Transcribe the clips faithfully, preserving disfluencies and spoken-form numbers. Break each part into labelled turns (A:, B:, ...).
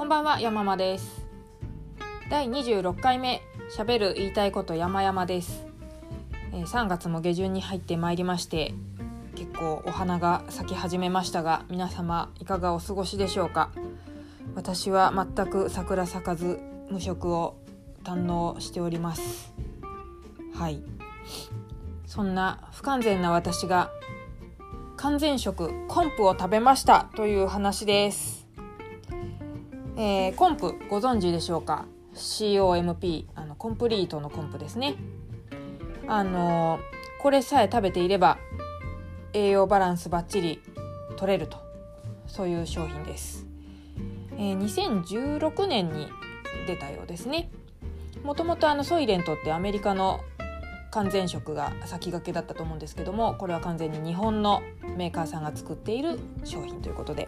A: ばんは、やままです。だいにじゅうろっかいめ、しゃべる言いたいこと山々です。えー、さんがつも下旬に入ってまいりまして、結構お花が咲き始めましたが、皆様いかがお過ごしでしょうか。私は全く桜咲かず無色を堪能しております。はい、そんな不完全な私が完全食コンプを食べましたという話です。えー、コンプご存知でしょうか。 シーオーエムピー、 あのコンプリートのコンプですね。あのー、これさえ食べていれば栄養バランスバッチリ取れると、そういう商品です。えー、にせんじゅうろくねんに出たようですね。もともとあのソイレントってアメリカの完全食が先駆けだったと思うんですけども、これは完全に日本のメーカーさんが作っている商品ということで、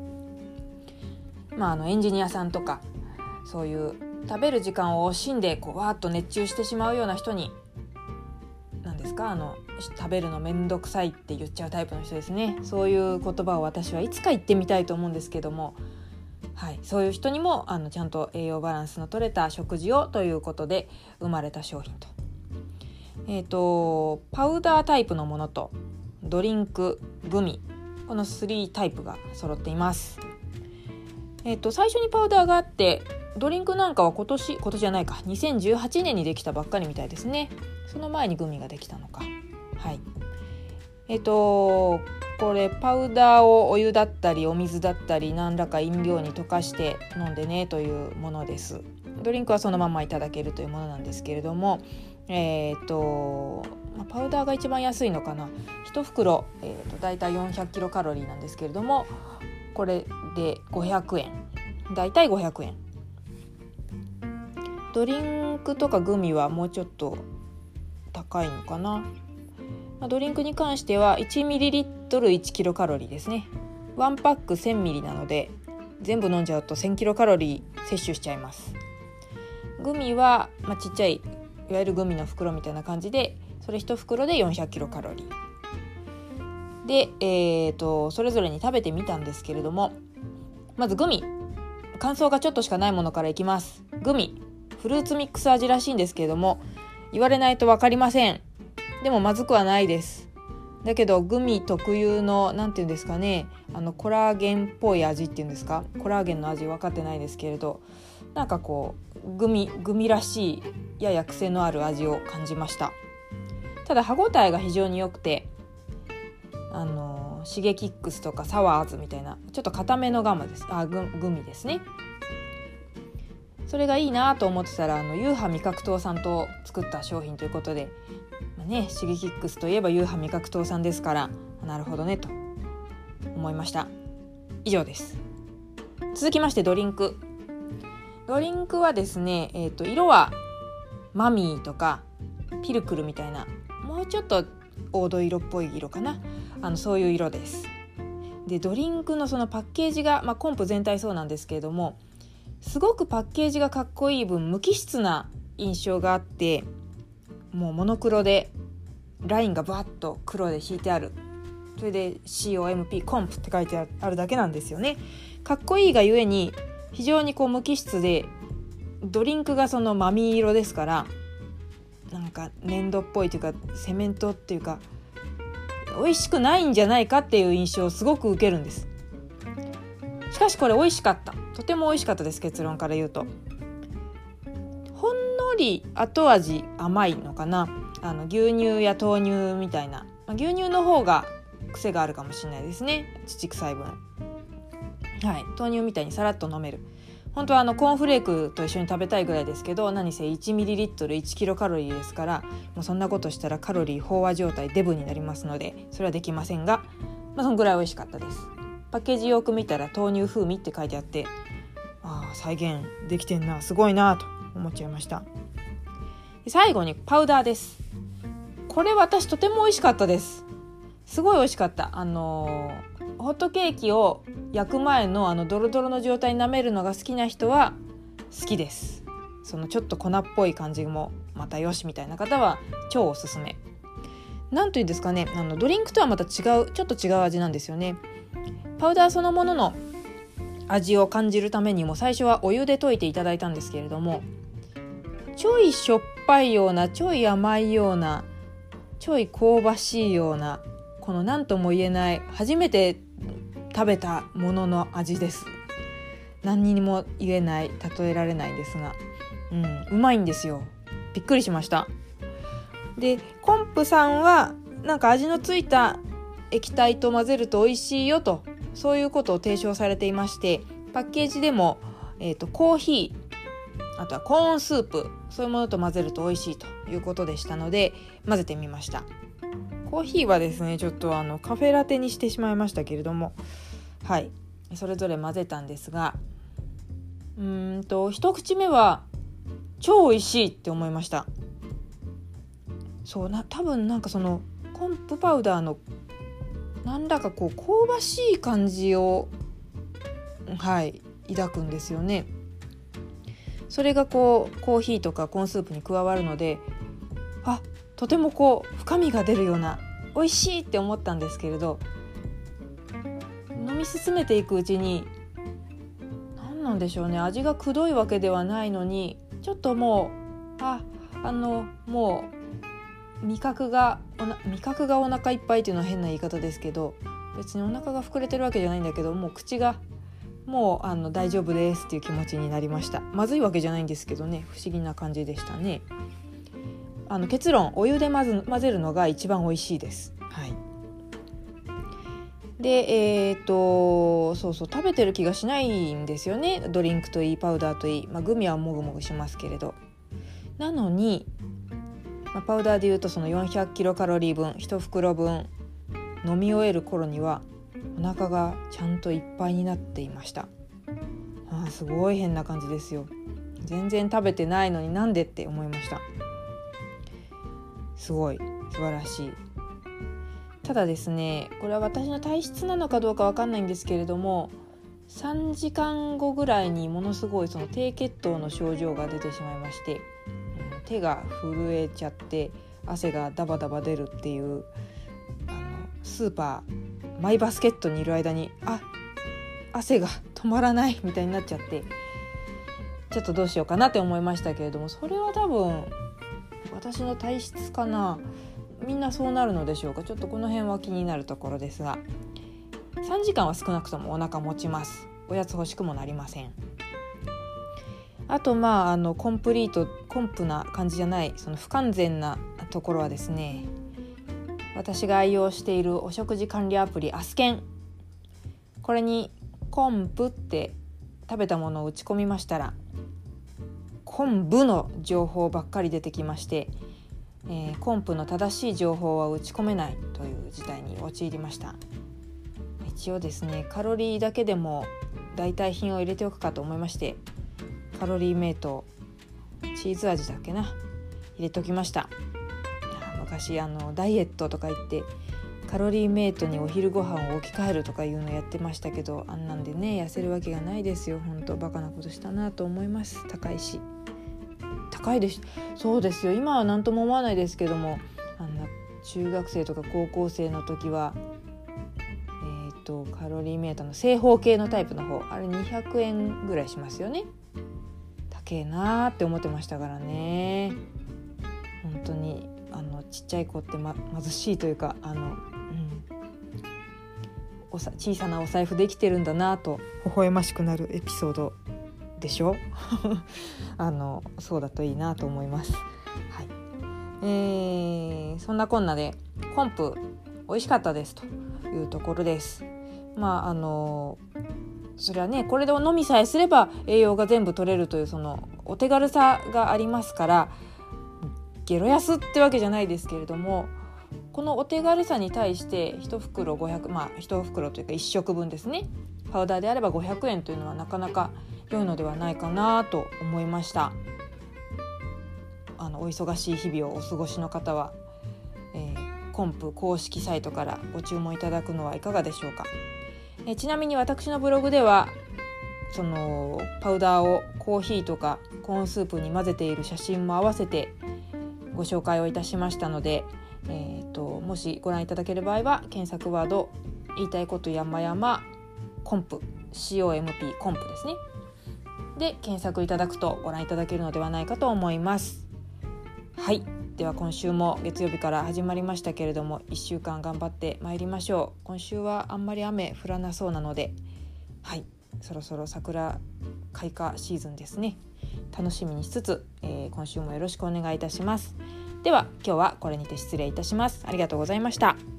A: まあ、あのエンジニアさんとかそういう食べる時間を惜しんでこうわーっと熱中してしまうような人に、何ですか、あの食べるのめんどくさいって言っちゃうタイプの人ですね。そういう言葉を私はいつか言ってみたいと思うんですけども、はい、そういう人にもあのちゃんと栄養バランスの取れた食事をということで生まれた商品と、えーと、パウダータイプのものとドリンク、グミ、このさんタイプが揃っています。えーと、最初にパウダーがあって、ドリンクなんかは今年今年じゃないかにせんじゅうはちねんにできたばっかりみたいですね。その前にグミができたのか。はい。えっとこれパウダーをお湯だったりお水だったり何らか飲料に溶かして飲んでねというものです。ドリンクはそのままいただけるというものなんですけれども、えっとパウダーが一番安いのかな。いち袋、えー、とだいたいよんひゃくキロカロリーなんですけれども、これでごひゃくえん、だいたいごひゃくえん。ドリンクとかグミはもうちょっと高いのかな。ドリンクに関してはいちミリリットルいちキロカロリーですね。ワンパックせんミリなので全部飲んじゃうとせんキロカロリー摂取しちゃいます。グミは、まあ、ちっちゃいいわゆるグミの袋みたいな感じで、それいち袋でよんひゃくキロカロリーで、えーと、それぞれに食べてみたんですけれども、まずグミ、感想がちょっとしかないものからいきます。グミ、フルーツミックス味らしいんですけれども、言われないと分かりません。でもまずくはないです。だけどグミ特有のなんていうんですかね、あのコラーゲンっぽい味っていうんですか、コラーゲンの味分かってないですけれど、なんかこうグミグミらしいやや癖のある味を感じました。ただ歯ごたえが非常に良くて、あのシゲキックスとかサワーズみたいなちょっと固めのガムです。あ グ, グミですね。それがいいなと思ってたら、あのユーハ味覚糖さんと作った商品ということで、まあね、シゲキックスといえばユーハ味覚糖さんですから、なるほどねと思いました。以上です。続きましてドリンク。ドリンクはですね、えーと、色はマミーとかピルクルみたいな、もうちょっと黄土色っぽい色かな、あのそういう色です。でドリンクのそのパッケージが、まあ、コンプ全体そうなんですけれども、すごくパッケージがかっこいい分無機質な印象があって、もうモノクロでラインがバーッと黒で引いてある、それで シーオーエムピー コンプって書いてあるだけなんですよね。かっこいいがゆえに非常にこう無機質で、ドリンクがそのマミー色ですから、なんか粘土っぽいというかセメントっていうか美味しくないんじゃないかっていう印象をすごく受けるんです。しかしこれ美味しかった、とても美味しかったです。結論から言うと、ほんのり後味甘いのかな。あの牛乳や豆乳みたいな、牛乳の方が癖があるかもしれないですね、乳臭い分。はい、豆乳みたいにさらっと飲める。本当はあのコーンフレークと一緒に食べたいぐらいですけど、何せいちミリリットルいちキロカロリーですから、もうそんなことしたらカロリー飽和状態デブになりますので、それはできませんが、まあ、そのぐらい美味しかったです。パッケージよく見たら豆乳風味って書いてあって、ああ再現できてんな、すごいなと思っちゃいました。で最後にパウダーです。これ私とても美味しかったです。すごい美味しかった。あのー、ホットケーキを焼く前のあのドロドロの状態に舐めるのが好きな人は好きです。そのちょっと粉っぽい感じもまたよしみたいな方は超おすすめ。なんというんですかね、あのドリンクとはまた違う、ちょっと違う味なんですよね。パウダーそのものの味を感じるためにも最初はお湯で溶いていただいたんですけれども、ちょいしょっぱいような、ちょい甘いような、ちょい香ばしいような、この何とも言えない初めて食べたものの味です。何にも言えない、例えられないんですが、うん、うまいんですよ。びっくりしました。で、コンプさんはなんか味のついた液体と混ぜると美味しいよと、そういうことを提唱されていまして、パッケージでも、えーと、コーヒー、あとはコーンスープ、そういうものと混ぜると美味しいということでしたので混ぜてみました。コーヒーはですねちょっとあのカフェラテにしてしまいましたけれども、はい、それぞれ混ぜたんですが、うーんと一口目は超美味しいって思いました。そうな、多分なんかそのコンプパウダーのなんだかこう香ばしい感じをはい抱くんですよね。それがこうコーヒーとかコーンスープに加わるので、あ、とてもこう深みが出るような、美味しいって思ったんですけれど、飲み進めていくうちに何なんでしょうね、味がくどいわけではないのに、ちょっともうああのもう味覚がおな味覚がお腹いっぱいっていうのは変な言い方ですけど、別にお腹が膨れてるわけじゃないんだけど、もう口がもうあの大丈夫ですっていう気持ちになりました。まずいわけじゃないんですけどね、不思議な感じでしたね。あの結論、お湯でまず混ぜるのが一番美味しいです。はい。で、えーとそうそう食べてる気がしないんですよね。ドリンクといいパウダーといい、まあ、グミはもぐもぐしますけれど、なのに、まあ、パウダーでいうとそのよんひゃくキロカロリー分いち袋分飲み終える頃にはお腹がちゃんといっぱいになっていました。あーすごい変な感じですよ。全然食べてないのになんでって思いました。すごい素晴らしい。ただですね、これは私の体質なのかどうかわかんないんですけれども、さんじかんごぐらいにものすごいその低血糖の症状が出てしまいまして、手が震えちゃって汗がダバダバ出るっていう、あのスーパーマイバスケットにいる間にあ汗が止まらないみたいになっちゃって、ちょっとどうしようかなって思いましたけれども、それは多分私の体質かな。みんなそうなるのでしょうか。ちょっとこの辺は気になるところですが、さんじかんは少なくともお腹持ちます。おやつ欲しくもなりません。あとまああのコンプリートコンプな感じじゃない、その不完全なところはですね、私が愛用しているお食事管理アプリアスケン、これにコンプって食べたものを打ち込みましたら、昆布の情報ばっかり出てきまして、えー、昆布の正しい情報は打ち込めないという事態に陥りました。一応ですね、カロリーだけでも代替品を入れておくかと思いまして、カロリーメイトチーズ味だっけな、入れときました。昔あのダイエットとか言ってカロリーメイトにお昼ご飯を置き換えるとかいうのやってましたけど、あんなんでね痩せるわけがないですよ。本当バカなことしたなと思います。高いし高いです。そうですよ、今は何とも思わないですけども、あんな中学生とか高校生の時はえっとカロリーメイトの正方形のタイプの方、あれにひゃくえんぐらいしますよね。高えなーって思ってましたからね。本当にあのちっちゃい子って、ま、貧しいというか、あの、うん、おさ小さなお財布で生きてるんだなと微笑ましくなるエピソードでしょあのそうだといいなと思います。はい、えー、そんなこんなでコンプ美味しかったですというところです。まああのそれはね、これで飲みさえすれば栄養が全部取れるというそのお手軽さがありますから、ゲロ安ってわけじゃないですけれども、このお手軽さに対していち袋ごひゃく、まあいち袋というかいっ食分ですね、パウダーであればごひゃくえんというのはなかなか良いのではないかなと思いました。あのお忙しい日々をお過ごしの方は、えー、コンプ公式サイトからご注文いただくのはいかがでしょうか。えー、ちなみに私のブログではそのパウダーをコーヒーとかコーンスープに混ぜている写真も合わせてご紹介をいたしましたので、えー、ともしご覧いただける場合は検索ワード言いたいこと山々コンプシーオーエムピー コンプですねで検索いただくとご覧いただけるのではないかと思います。はい、では今週も月曜日から始まりましたけれども、いっしゅうかん頑張ってまいりましょう。今週はあんまり雨降らなそうなので、はい、そろそろ桜開花シーズンですね。楽しみにしつつ、えー、今週もよろしくお願いいたします。では今日はこれにて失礼いたします。ありがとうございました。